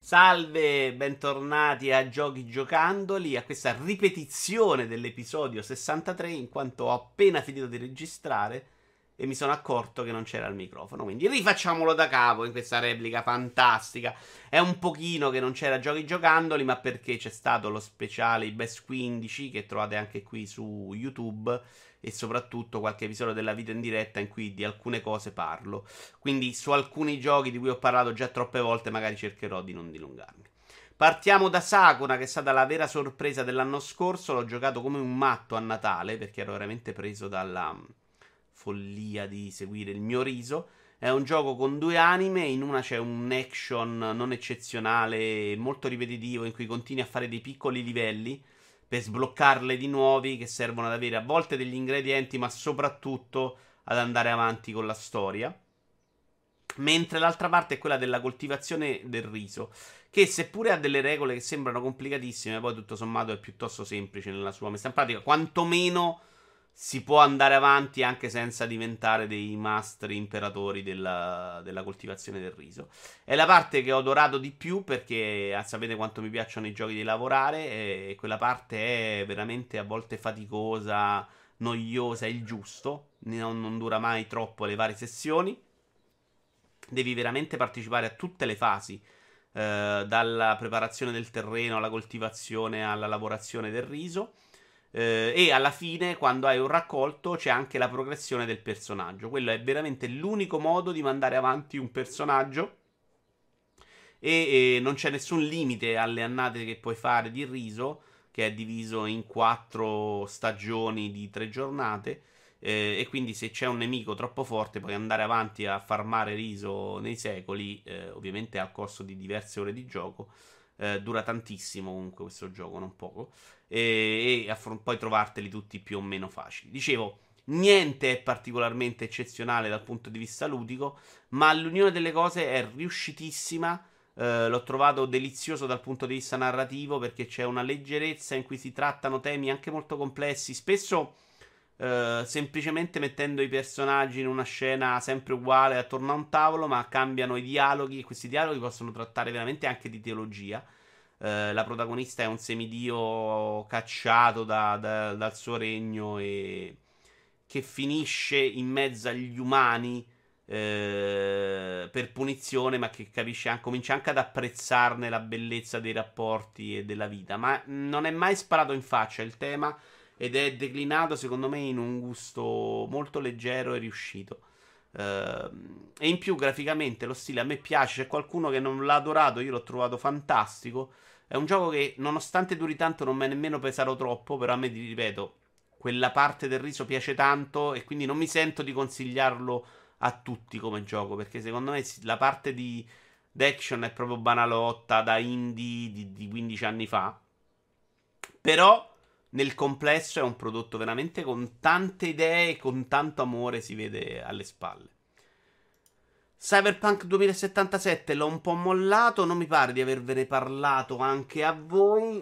Salve, bentornati a Giochi Giocandoli, a questa ripetizione dell'episodio 63, in quanto ho appena finito di registrare e mi sono accorto che non c'era il microfono. Quindi rifacciamolo da capo in questa replica fantastica. È un pochino che non c'era Giochi Giocandoli, ma perché c'è stato lo speciale, i Best 15, che trovate anche qui su YouTube, e soprattutto qualche episodio della vita in diretta in cui di alcune cose parlo. Quindi su alcuni giochi di cui ho parlato già troppe volte magari cercherò di non dilungarmi. Partiamo da Sakura, che è stata la vera sorpresa dell'anno scorso. L'ho giocato come un matto a Natale perché ero veramente preso dalla follia di seguire il mio riso. È un gioco con due anime, in una c'è un action non eccezionale, molto ripetitivo, in cui continui a fare dei piccoli livelli per sbloccarle di nuovi che servono ad avere a volte degli ingredienti, ma soprattutto ad andare avanti con la storia. Mentre l'altra parte è quella della coltivazione del riso, che seppure ha delle regole che sembrano complicatissime, poi tutto sommato è piuttosto semplice nella sua messa in pratica. Quantomeno si può andare avanti anche senza diventare dei mastri imperatori della coltivazione del riso. È la parte che ho adorato di più perché sapete quanto mi piacciono i giochi di lavorare e quella parte è veramente a volte faticosa, noiosa, il giusto, non dura mai troppo le varie sessioni. Devi veramente partecipare a tutte le fasi, dalla preparazione del terreno alla coltivazione alla lavorazione del riso. E alla fine, quando hai un raccolto, c'è anche la progressione del personaggio. Quello è veramente l'unico modo di mandare avanti un personaggio. E non c'è nessun limite alle annate che puoi fare di riso, che è diviso in quattro stagioni di 3 giornate. E quindi se c'è un nemico troppo forte puoi andare avanti a farmare riso nei secoli, ovviamente al costo di diverse ore di gioco. Dura tantissimo comunque questo gioco, non poco. Poi trovarteli tutti più o meno facili. Dicevo, niente è particolarmente eccezionale dal punto di vista ludico, ma l'unione delle cose è riuscitissima. L'ho trovato delizioso dal punto di vista narrativo perché c'è una leggerezza in cui si trattano temi anche molto complessi. Spesso semplicemente mettendo i personaggi in una scena sempre uguale attorno a un tavolo, ma cambiano i dialoghi e questi dialoghi possono trattare veramente anche di teologia. La protagonista è un semidio cacciato dal suo regno e che finisce in mezzo agli umani per punizione, ma che capisce anche, comincia anche ad apprezzarne la bellezza dei rapporti e della vita. Ma non è mai sparato in faccia il tema ed è declinato, secondo me, in un gusto molto leggero e riuscito. E in più, graficamente, lo stile a me piace. C'è qualcuno che non l'ha adorato, io l'ho trovato fantastico. È un gioco che, nonostante duri tanto, non mi è nemmeno pesato troppo. Però a me, ti ripeto, quella parte del riso piace tanto e quindi non mi sento di consigliarlo a tutti come gioco. Perché secondo me la parte di d'action è proprio banalotta da indie di 15 anni fa. Però nel complesso è un prodotto veramente con tante idee e con tanto amore si vede alle spalle. Cyberpunk 2077 l'ho un po' mollato, non mi pare di avervene parlato anche a voi.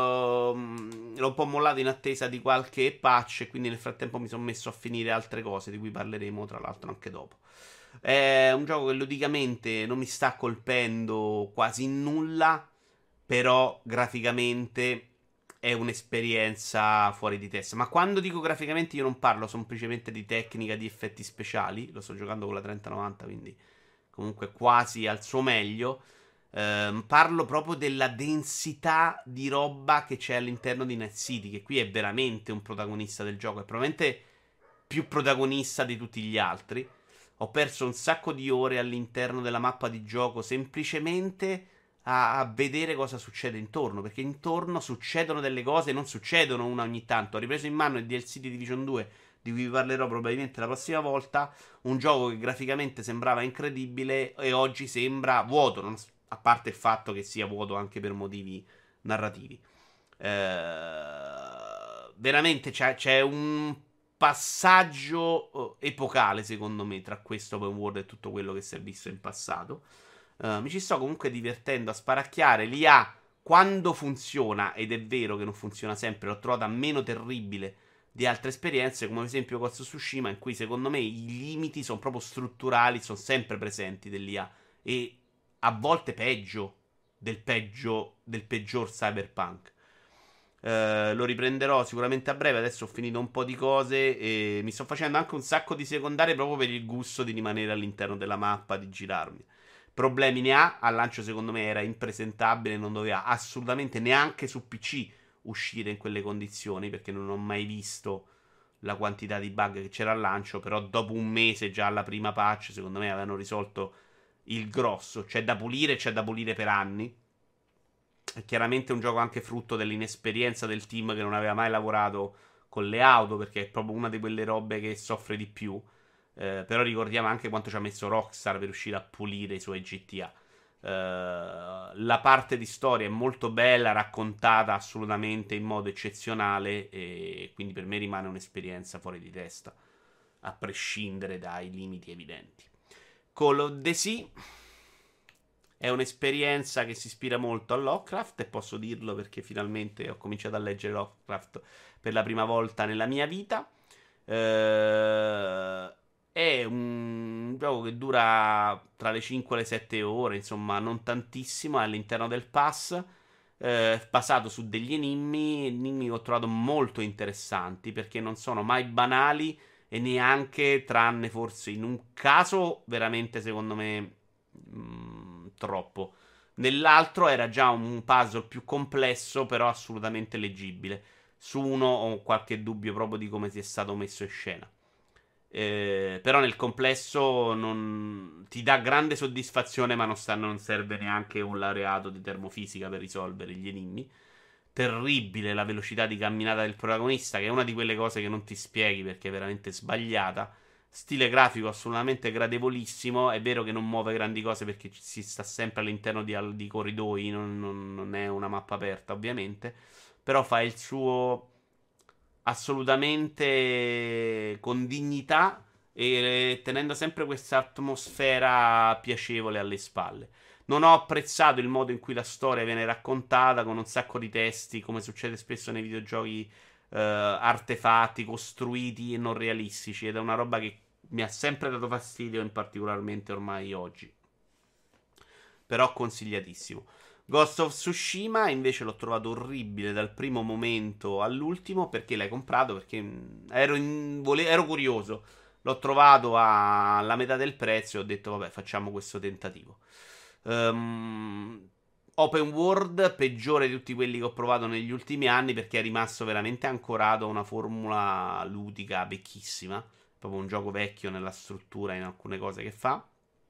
L'ho un po' mollato in attesa di qualche patch e quindi nel frattempo mi sono messo a finire altre cose di cui parleremo tra l'altro anche dopo. È un gioco che ludicamente non mi sta colpendo quasi in nulla, però graficamente è un'esperienza fuori di testa. Ma quando dico graficamente io non parlo semplicemente di tecnica, di effetti speciali, lo sto giocando con la 3090, quindi comunque quasi al suo meglio. Parlo proprio della densità di roba che c'è all'interno di Night City, che qui è veramente un protagonista del gioco, è probabilmente più protagonista di tutti gli altri. Ho perso un sacco di ore all'interno della mappa di gioco semplicemente a vedere cosa succede intorno, perché intorno succedono delle cose, non succedono una ogni tanto. Ho ripreso in mano il DLC di Division 2, di cui vi parlerò probabilmente la prossima volta, un gioco che graficamente sembrava incredibile e oggi sembra vuoto, a parte il fatto che sia vuoto anche per motivi narrativi. Veramente c'è un passaggio epocale, secondo me, tra questo open world e tutto quello che si è visto in passato. Mi ci sto comunque divertendo a sparacchiare. L'IA, quando funziona, ed è vero che non funziona sempre, l'ho trovata meno terribile di altre esperienze, come ad esempio Ghost of Tsushima, in cui secondo me i limiti sono proprio strutturali, sono sempre presenti dell'IA. E a volte peggio. del peggior Cyberpunk. Lo riprenderò sicuramente a breve. Adesso ho finito un po' di cose e mi sto facendo anche un sacco di secondarie proprio per il gusto di rimanere all'interno della mappa, di girarmi. Problemi ne ha. Al lancio, secondo me, era impresentabile. Non doveva assolutamente neanche su PC uscire in quelle condizioni. Perché non ho mai visto la quantità di bug che c'era al lancio. Però, dopo un mese, già alla prima patch, secondo me avevano risolto il grosso. C'è da pulire, c'è da pulire per anni. È chiaramente un gioco anche frutto dell'inesperienza del team che non aveva mai lavorato con le auto, perché è proprio una di quelle robe che soffre di più. Però ricordiamo anche quanto ci ha messo Rockstar per riuscire a pulire i suoi GTA. La parte di storia è molto bella, raccontata assolutamente in modo eccezionale e quindi per me rimane un'esperienza fuori di testa, a prescindere dai limiti evidenti. Call of the Sea è un'esperienza che si ispira molto a Lovecraft e posso dirlo perché finalmente ho cominciato a leggere Lovecraft per la prima volta nella mia vita. È un gioco che dura tra le 5 e le 7 ore, insomma, non tantissimo, è all'interno del pass, basato su degli enigmi che ho trovato molto interessanti perché non sono mai banali e neanche, tranne forse in un caso, veramente secondo me troppo. Nell'altro era già un puzzle più complesso, però assolutamente leggibile. Su uno ho qualche dubbio proprio di come sia stato messo in scena. Però nel complesso ti dà grande soddisfazione, ma non serve neanche un laureato di termofisica per risolvere gli enigmi. Terribile la velocità di camminata del protagonista, che è una di quelle cose che non ti spieghi perché è veramente sbagliata. Stile grafico assolutamente gradevolissimo. È vero che non muove grandi cose perché si sta sempre all'interno di corridoi, non è una mappa aperta, ovviamente. Però fa il suo assolutamente con dignità e tenendo sempre questa atmosfera piacevole alle spalle. Non ho apprezzato il modo in cui la storia viene raccontata con un sacco di testi, come succede spesso nei videogiochi, artefatti costruiti e non realistici. Ed è una roba che mi ha sempre dato fastidio, in particolarmente ormai oggi. Però consigliatissimo. Ghost of Tsushima invece l'ho trovato orribile dal primo momento all'ultimo. Perché l'hai comprato? Perché ero curioso. L'ho trovato alla metà del prezzo e ho detto vabbè, facciamo questo tentativo. Open world peggiore di tutti quelli che ho provato negli ultimi anni perché è rimasto veramente ancorato a una formula ludica vecchissima. Proprio un gioco vecchio nella struttura e in alcune cose che fa.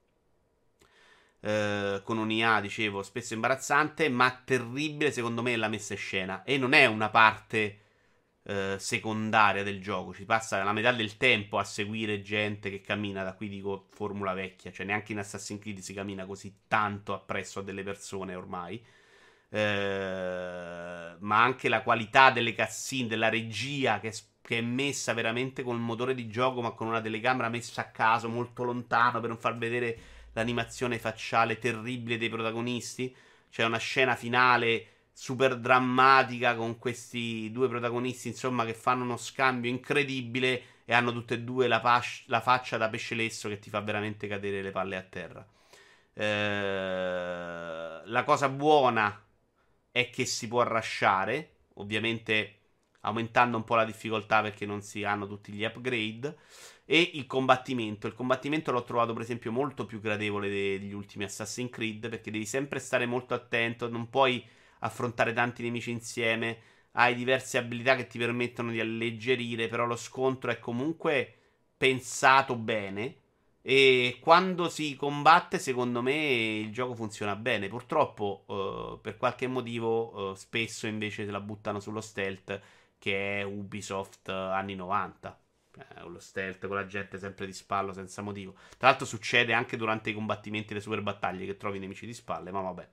Con un'IA, dicevo, spesso imbarazzante, ma terribile secondo me è la messa in scena. E non è una parte secondaria del gioco. Ci passa la metà del tempo a seguire gente che cammina. Da qui dico formula vecchia. Cioè, neanche in Assassin's Creed si cammina così tanto appresso a delle persone ormai. Ma anche la qualità delle cutscene, della regia che è messa veramente con il motore di gioco, ma con una telecamera messa a caso, molto lontano per non far vedere l'animazione facciale terribile dei protagonisti. C'è una scena finale super drammatica con questi due protagonisti, insomma, che fanno uno scambio incredibile e hanno tutte e due la faccia da pesce lesso che ti fa veramente cadere le palle a terra. La cosa buona è che si può rushare, ovviamente aumentando un po' la difficoltà perché non si hanno tutti gli upgrade. E il combattimento. Il combattimento l'ho trovato, per esempio, molto più gradevole degli ultimi Assassin's Creed. Perché devi sempre stare molto attento. Non puoi affrontare tanti nemici insieme. Hai diverse abilità che ti permettono di alleggerire. Però lo scontro è comunque pensato bene. E quando si combatte, secondo me, il gioco funziona bene. Purtroppo, per qualche motivo, spesso invece se la buttano sullo stealth, che è Ubisoft anni 90. Con lo stealth, con la gente sempre di spallo senza motivo. Tra l'altro succede anche durante i combattimenti e le super battaglie che trovi nemici di spalle, ma vabbè.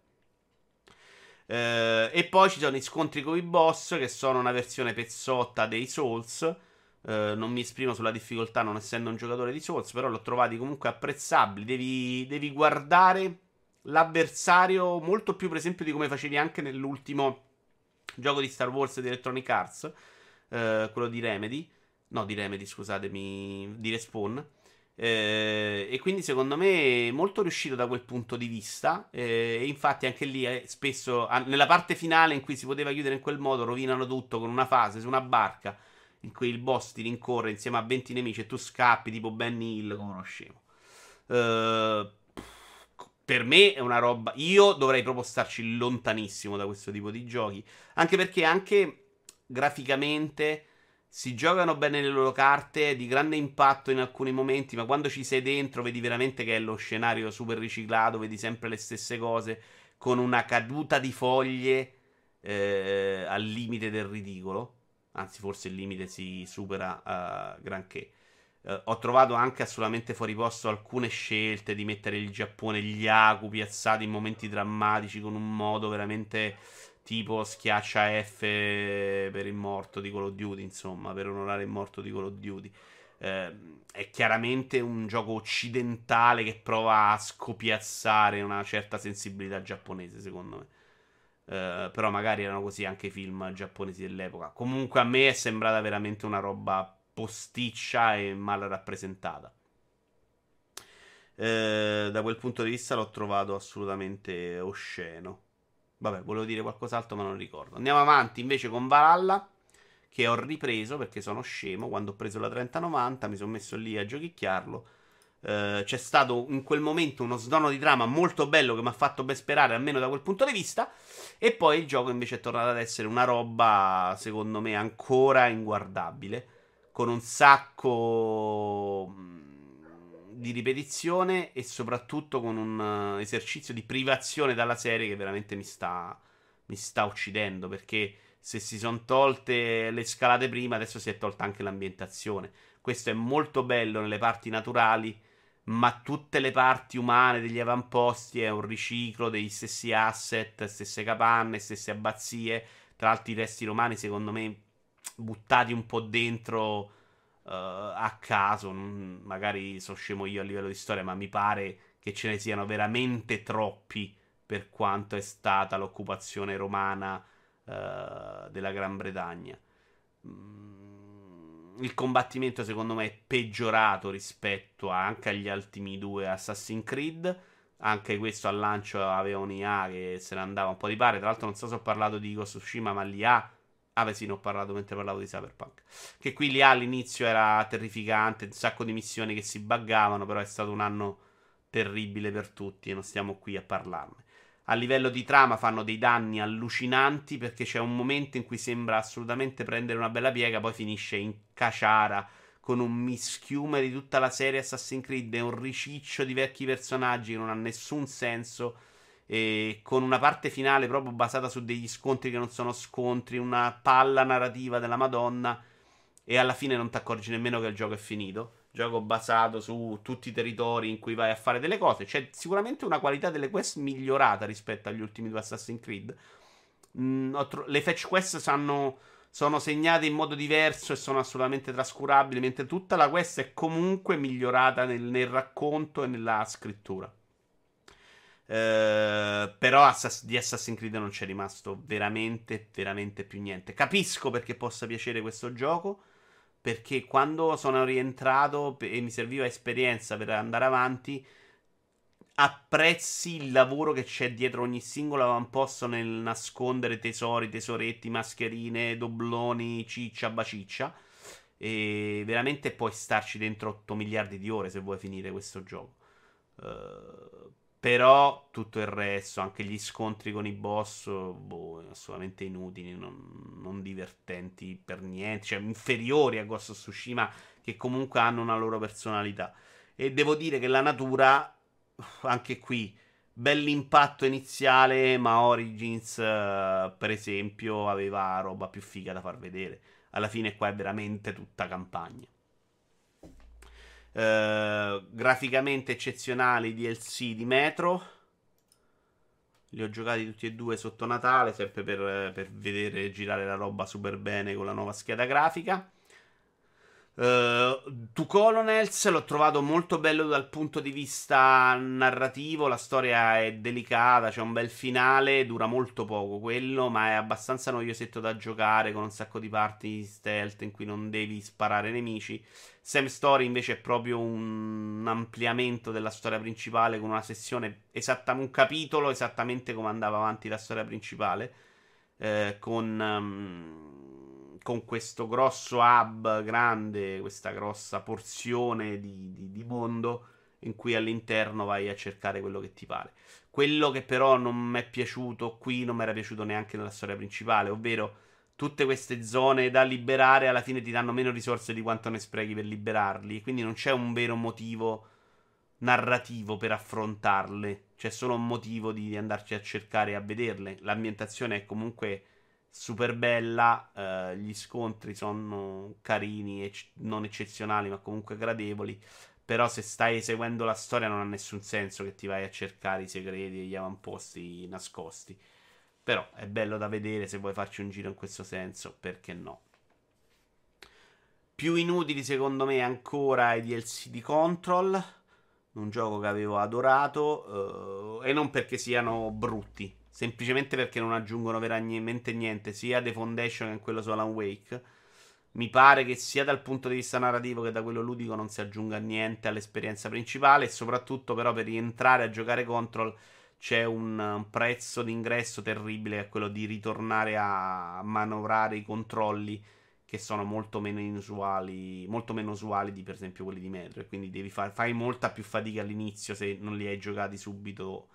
E poi ci sono i scontri con i boss, che sono una versione pezzotta dei Souls. Non mi esprimo sulla difficoltà, non essendo un giocatore di Souls, però l'ho trovati comunque apprezzabili. Devi guardare l'avversario molto più, per esempio, di come facevi anche nell'ultimo gioco di Star Wars di Electronic Arts, quello di Remedy. No, di Remedy, scusatemi, di Respawn. E quindi secondo me è molto riuscito da quel punto di vista. E infatti anche lì spesso nella parte finale in cui si poteva chiudere in quel modo rovinano tutto con una fase su una barca in cui il boss ti rincorre insieme a 20 nemici e tu scappi tipo Benny Hill come uno scemo. Eh, per me è una roba. Io dovrei proprio starci lontanissimo da questo tipo di giochi. Anche perché anche graficamente si giocano bene le loro carte, di grande impatto in alcuni momenti, ma quando ci sei dentro vedi veramente che è lo scenario super riciclato, vedi sempre le stesse cose, con una caduta di foglie al limite del ridicolo. Anzi, forse il limite si supera a granché. Ho trovato anche assolutamente fuori posto alcune scelte di mettere il Giappone, gli Aku piazzati in momenti drammatici con un modo veramente tipo schiaccia F per il morto di Call of Duty, insomma, per onorare il morto di Call of Duty. È chiaramente un gioco occidentale che prova a scopiazzare una certa sensibilità giapponese, secondo me. Però magari erano così anche i film giapponesi dell'epoca. Comunque a me è sembrata veramente una roba posticcia e mal rappresentata. Da quel punto di vista l'ho trovato assolutamente osceno. Vabbè, volevo dire qualcos'altro, ma non ricordo. Andiamo avanti invece con Valhalla, che ho ripreso perché sono scemo. Quando ho preso la 3090 mi sono messo lì a giochicchiarlo. C'è stato in quel momento uno snono di trama molto bello che mi ha fatto ben sperare, almeno da quel punto di vista. E poi il gioco invece è tornato ad essere una roba, secondo me, ancora inguardabile. Con un sacco di ripetizione e soprattutto con un esercizio di privazione dalla serie che veramente mi sta uccidendo. Perché se si sono tolte le scalate prima, adesso si è tolta anche l'ambientazione. Questo è molto bello nelle parti naturali, ma tutte le parti umane degli avamposti è un riciclo degli stessi asset, stesse capanne, stesse abbazie. Tra l'altro i resti romani, secondo me, buttati un po' dentro a caso. Magari sono scemo io a livello di storia, ma mi pare che ce ne siano veramente troppi per quanto è stata l'occupazione romana della Gran Bretagna. Il combattimento secondo me è peggiorato rispetto anche agli ultimi due Assassin's Creed. Anche questo al lancio aveva un'IA che se ne andava un po' di pare. Tra l'altro non so se ho parlato di Ghost of Tsushima, ma l'IA. Ah beh sì, ne ho parlato mentre parlavo di Cyberpunk. Che qui l'IA all'inizio era terrificante, un sacco di missioni che si buggavano, però è stato un anno terribile per tutti e non stiamo qui a parlarne. A livello di trama fanno dei danni allucinanti perché c'è un momento in cui sembra assolutamente prendere una bella piega, poi finisce in caciara con un mischiume di tutta la serie Assassin's Creed e un riciccio di vecchi personaggi che non ha nessun senso e con una parte finale proprio basata su degli scontri che non sono scontri, una palla narrativa della Madonna e alla fine non ti accorgi nemmeno che il gioco è finito. Gioco basato su tutti i territori in cui vai a fare delle cose. C'è sicuramente una qualità delle quest migliorata rispetto agli ultimi due Assassin's Creed. Le fetch quest sono segnate in modo diverso e sono assolutamente trascurabili, mentre tutta la quest è comunque migliorata nel racconto e nella scrittura. Però di Assassin's Creed non c'è rimasto veramente, veramente più niente. Capisco perché possa piacere questo gioco. Perché quando sono rientrato e mi serviva esperienza per andare avanti, apprezzi il lavoro che c'è dietro ogni singolo avamposto nel nascondere tesori, tesoretti, mascherine, dobloni, ciccia, baciccia. E veramente puoi starci dentro 8 miliardi di ore se vuoi finire questo gioco. Però tutto il resto, anche gli scontri con i boss, boh, assolutamente inutili, non divertenti per niente, cioè inferiori a Ghost of Tsushima, che comunque hanno una loro personalità. E devo dire che la natura, anche qui, bell'impatto iniziale, ma Origins, per esempio, aveva roba più figa da far vedere. Alla fine qua è veramente tutta campagna. Graficamente eccezionali i DLC di Metro. Li ho giocati tutti e due sotto Natale, sempre per vedere girare la roba super bene con la nuova scheda grafica. Two Colonels l'ho trovato molto bello dal punto di vista narrativo. La storia è delicata, c'è un bel finale, dura molto poco quello, ma è abbastanza noiosetto da giocare con un sacco di parti stealth in cui non devi sparare ai nemici. Sam Story invece è proprio un ampliamento della storia principale con una sessione un capitolo esattamente come andava avanti la storia principale con questo grosso hub grande, questa grossa porzione di mondo in cui all'interno vai a cercare quello che ti pare. Quello che però non mi è piaciuto qui, non mi era piaciuto neanche nella storia principale, ovvero tutte queste zone da liberare alla fine ti danno meno risorse di quanto ne sprechi per liberarli, quindi non c'è un vero motivo narrativo per affrontarle, c'è solo un motivo di andarci a cercare e a vederle. L'ambientazione è comunque super bella, gli scontri sono carini, non eccezionali, ma comunque gradevoli. Però se stai seguendo la storia non ha nessun senso che ti vai a cercare i segreti e gli avamposti nascosti. Però è bello da vedere se vuoi farci un giro in questo senso, perché no? Più inutili secondo me ancora i DLC di Control, un gioco che avevo adorato, e non perché siano brutti, semplicemente perché non aggiungono veramente niente, sia The Foundation che quello su Alan Wake. Mi pare che sia dal punto di vista narrativo che da quello ludico non si aggiunga niente all'esperienza principale e soprattutto però per rientrare a giocare Control c'è un prezzo d'ingresso terribile, che è quello di ritornare a manovrare i controlli che sono molto meno usuali di per esempio quelli di Metro. E quindi fai molta più fatica all'inizio se non li hai giocati subito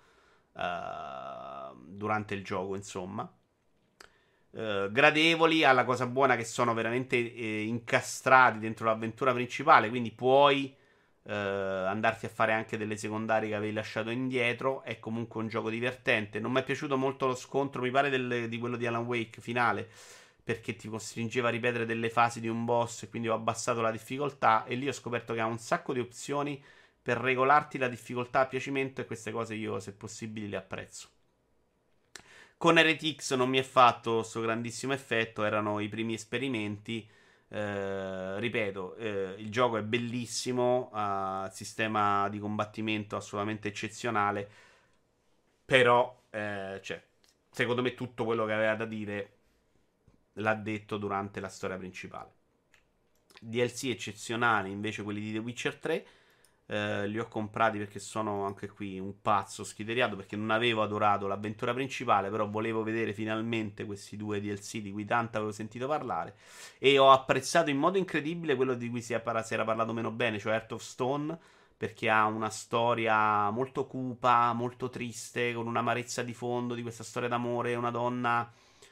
durante il gioco, insomma. Gradevoli, ha la cosa buona che sono veramente incastrati dentro l'avventura principale, quindi puoi andarti a fare anche delle secondarie che avevi lasciato indietro. È comunque un gioco divertente. Non mi è piaciuto molto lo scontro, mi pare di quello di Alan Wake finale, perché ti costringeva a ripetere delle fasi di un boss e quindi ho abbassato la difficoltà e lì ho scoperto che ha un sacco di opzioni per regolarti la difficoltà a piacimento e queste cose io se possibile le apprezzo. Con RTX non mi è fatto questo grandissimo effetto, erano i primi esperimenti. Ripeto, il gioco è bellissimo, ha sistema di combattimento assolutamente eccezionale, però cioè, secondo me tutto quello che aveva da dire l'ha detto durante la storia principale. DLC eccezionali invece quelli di The Witcher 3. Li ho comprati perché sono anche qui un pazzo schiteriato, perché non avevo adorato l'avventura principale, però volevo vedere finalmente questi due DLC di cui tanto avevo sentito parlare e ho apprezzato in modo incredibile quello di cui si era parlato meno bene, cioè Heart of Stone, perché ha una storia molto cupa, molto triste, con un'amarezza di fondo di questa storia d'amore, una donna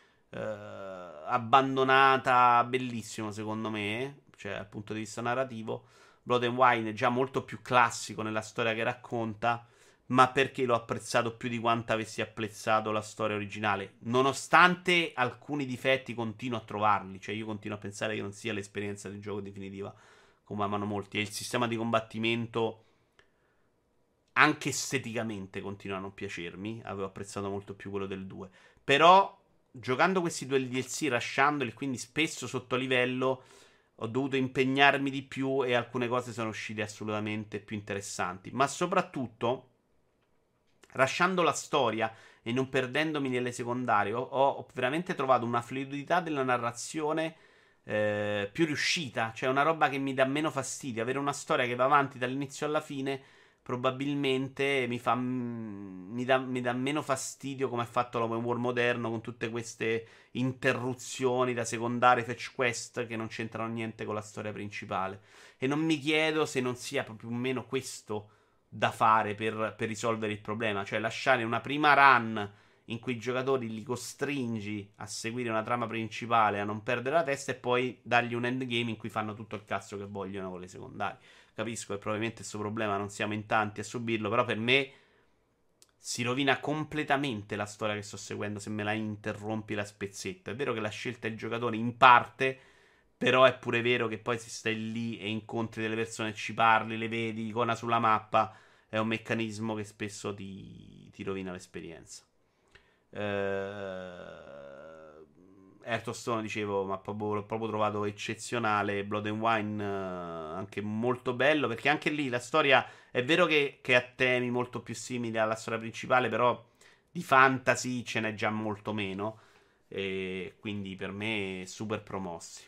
abbandonata, bellissimo secondo me, cioè dal punto di vista narrativo. Blood and Wine è già molto più classico nella storia che racconta, ma perché l'ho apprezzato più di quanto avessi apprezzato la storia originale. Nonostante alcuni difetti, continuo a trovarli. Cioè, io continuo a pensare che non sia l'esperienza di gioco definitiva, come amano molti. E il sistema di combattimento, anche esteticamente, continua a non piacermi. Avevo apprezzato molto più quello del 2. Però, giocando questi due DLC, rasciandoli, quindi spesso sotto livello ho dovuto impegnarmi di più e alcune cose sono uscite assolutamente più interessanti. Ma soprattutto, lasciando la storia e non perdendomi nelle secondarie, ho veramente trovato una fluidità della narrazione più riuscita. Cioè una roba che mi dà meno fastidio. Avere una storia che va avanti dall'inizio alla fine probabilmente mi dà meno fastidio come è fatto l'open world moderno con tutte queste interruzioni da secondarie fetch quest che non c'entrano niente con la storia principale. E non mi chiedo se non sia proprio meno questo da fare per risolvere il problema, cioè lasciare una prima run in cui i giocatori li costringi a seguire una trama principale, a non perdere la testa e poi dargli un endgame in cui fanno tutto il cazzo che vogliono con le secondarie. Capisco che probabilmente questo problema non siamo in tanti a subirlo, però per me si rovina completamente la storia che sto seguendo se me la interrompi la spezzetto. È vero che la scelta del giocatore in parte, però è pure vero che poi se stai lì e incontri delle persone, ci parli, le vedi, icona sulla mappa, è un meccanismo che spesso ti rovina l'esperienza. Eh, Hearthstone dicevo, ma l'ho proprio trovato eccezionale. Blood and Wine anche molto bello, perché anche lì la storia è vero che ha temi molto più simili alla storia principale, però di fantasy ce n'è già molto meno. E quindi per me super promossi.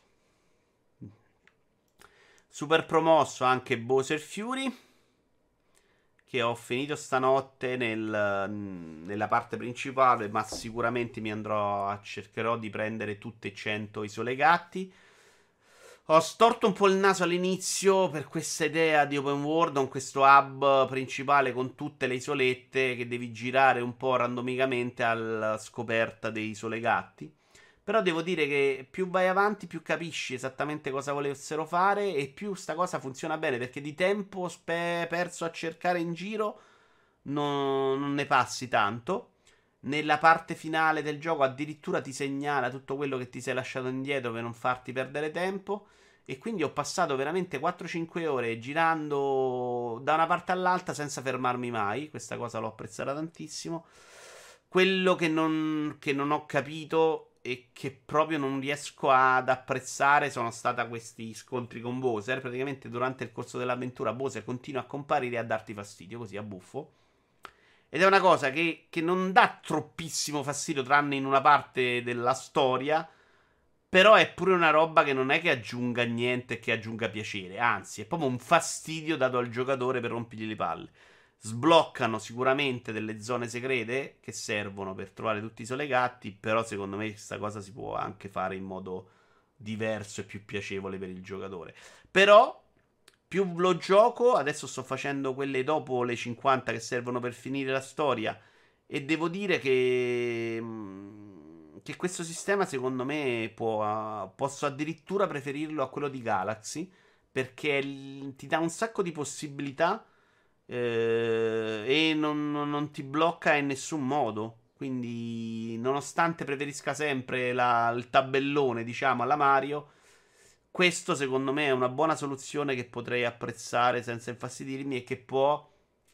Super promosso anche Bowser Fury, che ho finito stanotte nella parte principale, ma sicuramente cercherò di prendere tutte e 100 isole gatti. Ho storto un po' il naso all'inizio per questa idea di open world, con questo hub principale con tutte le isolette che devi girare un po' randomicamente alla scoperta dei isole gatti. Però devo dire che più vai avanti, più capisci esattamente cosa volessero fare e più sta cosa funziona bene, perché di tempo perso a cercare in giro non ne passi tanto. Nella parte finale del gioco addirittura ti segnala tutto quello che ti sei lasciato indietro per non farti perdere tempo. E quindi ho passato veramente 4-5 ore girando da una parte all'altra senza fermarmi mai. Questa cosa l'ho apprezzata tantissimo. Quello che non ho capito e che proprio non riesco ad apprezzare sono stati questi scontri con Bowser. Praticamente durante il corso dell'avventura Bowser continua a comparire e a darti fastidio, così a buffo. Ed è una cosa che non dà troppissimo fastidio, tranne in una parte della storia. Però è pure una roba che non è che aggiunga niente e che aggiunga piacere. Anzi, è proprio un fastidio dato al giocatore per rompigli le palle. Sbloccano sicuramente delle zone segrete che servono per trovare tutti i solegatti. Però secondo me questa cosa si può anche fare in modo diverso e più piacevole per il giocatore. Però più lo gioco, adesso sto facendo quelle dopo le 50 che servono per finire la storia. E devo dire che questo sistema, secondo me, posso addirittura preferirlo a quello di Galaxy. Perché ti dà un sacco di possibilità. E non ti blocca in nessun modo. Quindi, nonostante preferisca sempre il tabellone, diciamo, alla Mario. Questo secondo me è una buona soluzione che potrei apprezzare senza infastidirmi e che può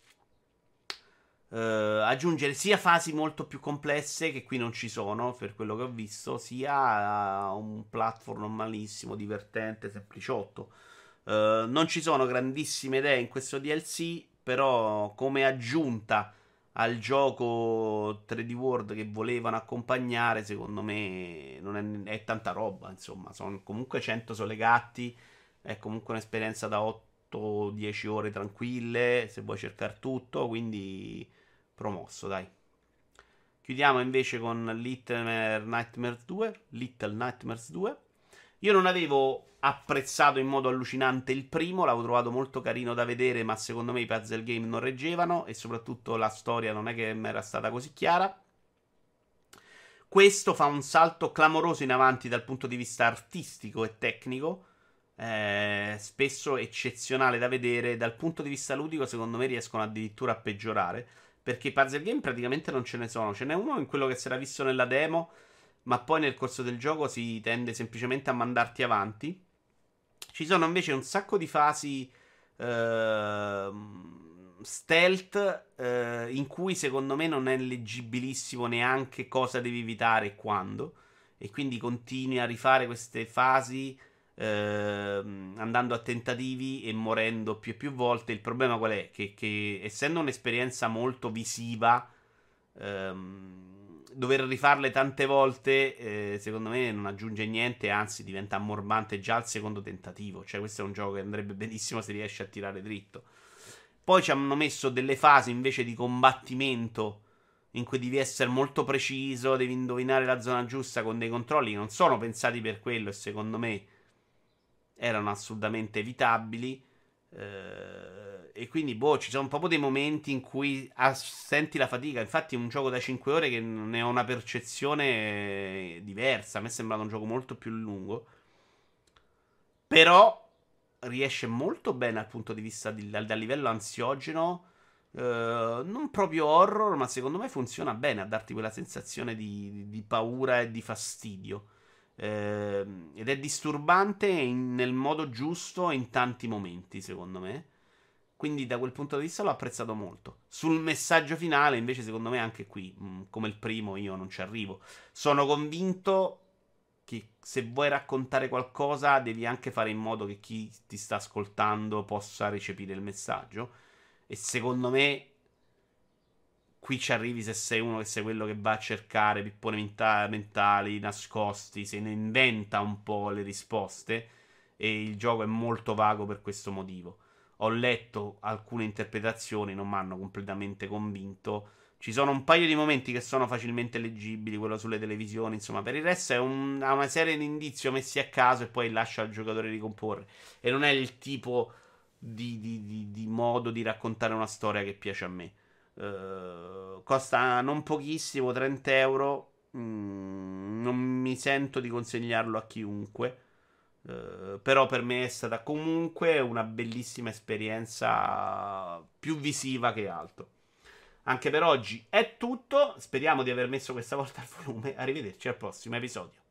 aggiungere sia fasi molto più complesse che qui non ci sono, per quello che ho visto, sia un platform normalissimo, divertente, sempliciotto. Non ci sono grandissime idee in questo DLC, però come aggiunta al gioco 3D World che volevano accompagnare, secondo me non è tanta roba, insomma, sono comunque 100 solegatti, è comunque un'esperienza da 8-10 ore tranquille, se vuoi cercare tutto, quindi promosso, dai. Chiudiamo invece con Little Nightmares 2. Little Nightmares 2. Io non avevo apprezzato in modo allucinante il primo, l'avevo trovato molto carino da vedere, ma secondo me i puzzle game non reggevano e soprattutto la storia non è che mi era stata così chiara. Questo fa un salto clamoroso in avanti dal punto di vista artistico e tecnico, spesso eccezionale da vedere. Dal punto di vista ludico, secondo me riescono addirittura a peggiorare. Perché i puzzle game praticamente non ce ne sono. Ce n'è uno in quello che si era visto nella demo, ma poi nel corso del gioco si tende semplicemente a mandarti avanti. Ci sono invece un sacco di fasi stealth in cui secondo me non è leggibilissimo neanche cosa devi evitare e quando. E quindi continui a rifare queste fasi andando a tentativi e morendo più e più volte. Il problema qual è? Che essendo un'esperienza molto visiva, dover rifarle tante volte, secondo me non aggiunge niente, anzi diventa ammorbante già al secondo tentativo. Cioè, questo è un gioco che andrebbe benissimo se riesci a tirare dritto. Poi ci hanno messo delle fasi invece di combattimento in cui devi essere molto preciso, devi indovinare la zona giusta con dei controlli che non sono pensati per quello e secondo me erano assolutamente evitabili. E quindi, boh, ci sono proprio dei momenti in cui senti la fatica. Infatti, è un gioco da 5 ore che ne ho una percezione diversa. A me è sembrato un gioco molto più lungo. Però riesce molto bene dal punto di vista dal livello ansiogeno. Non proprio horror, ma secondo me funziona bene a darti quella sensazione di paura e di fastidio. Ed è disturbante nel modo giusto in tanti momenti, secondo me. Quindi da quel punto di vista l'ho apprezzato molto. Sul messaggio finale, invece, secondo me anche qui, come il primo, io non ci arrivo. Sono convinto che se vuoi raccontare qualcosa devi anche fare in modo che chi ti sta ascoltando possa recepire il messaggio. E secondo me qui ci arrivi se sei uno che sei quello che va a cercare pipponi mentali nascosti, se ne inventa un po' le risposte e il gioco è molto vago per questo motivo. Ho letto alcune interpretazioni, non mi hanno completamente convinto. Ci sono un paio di momenti che sono facilmente leggibili, quello sulle televisioni, insomma, per il resto è ha una serie di indizi messi a caso e poi lascia al giocatore ricomporre. E non è il tipo di modo di raccontare una storia che piace a me. Costa non pochissimo, 30 euro. Non mi sento di consigliarlo a chiunque. Però per me è stata comunque una bellissima esperienza più visiva che altro. Anche per oggi è tutto. Speriamo di aver messo questa volta il volume. Arrivederci al prossimo episodio.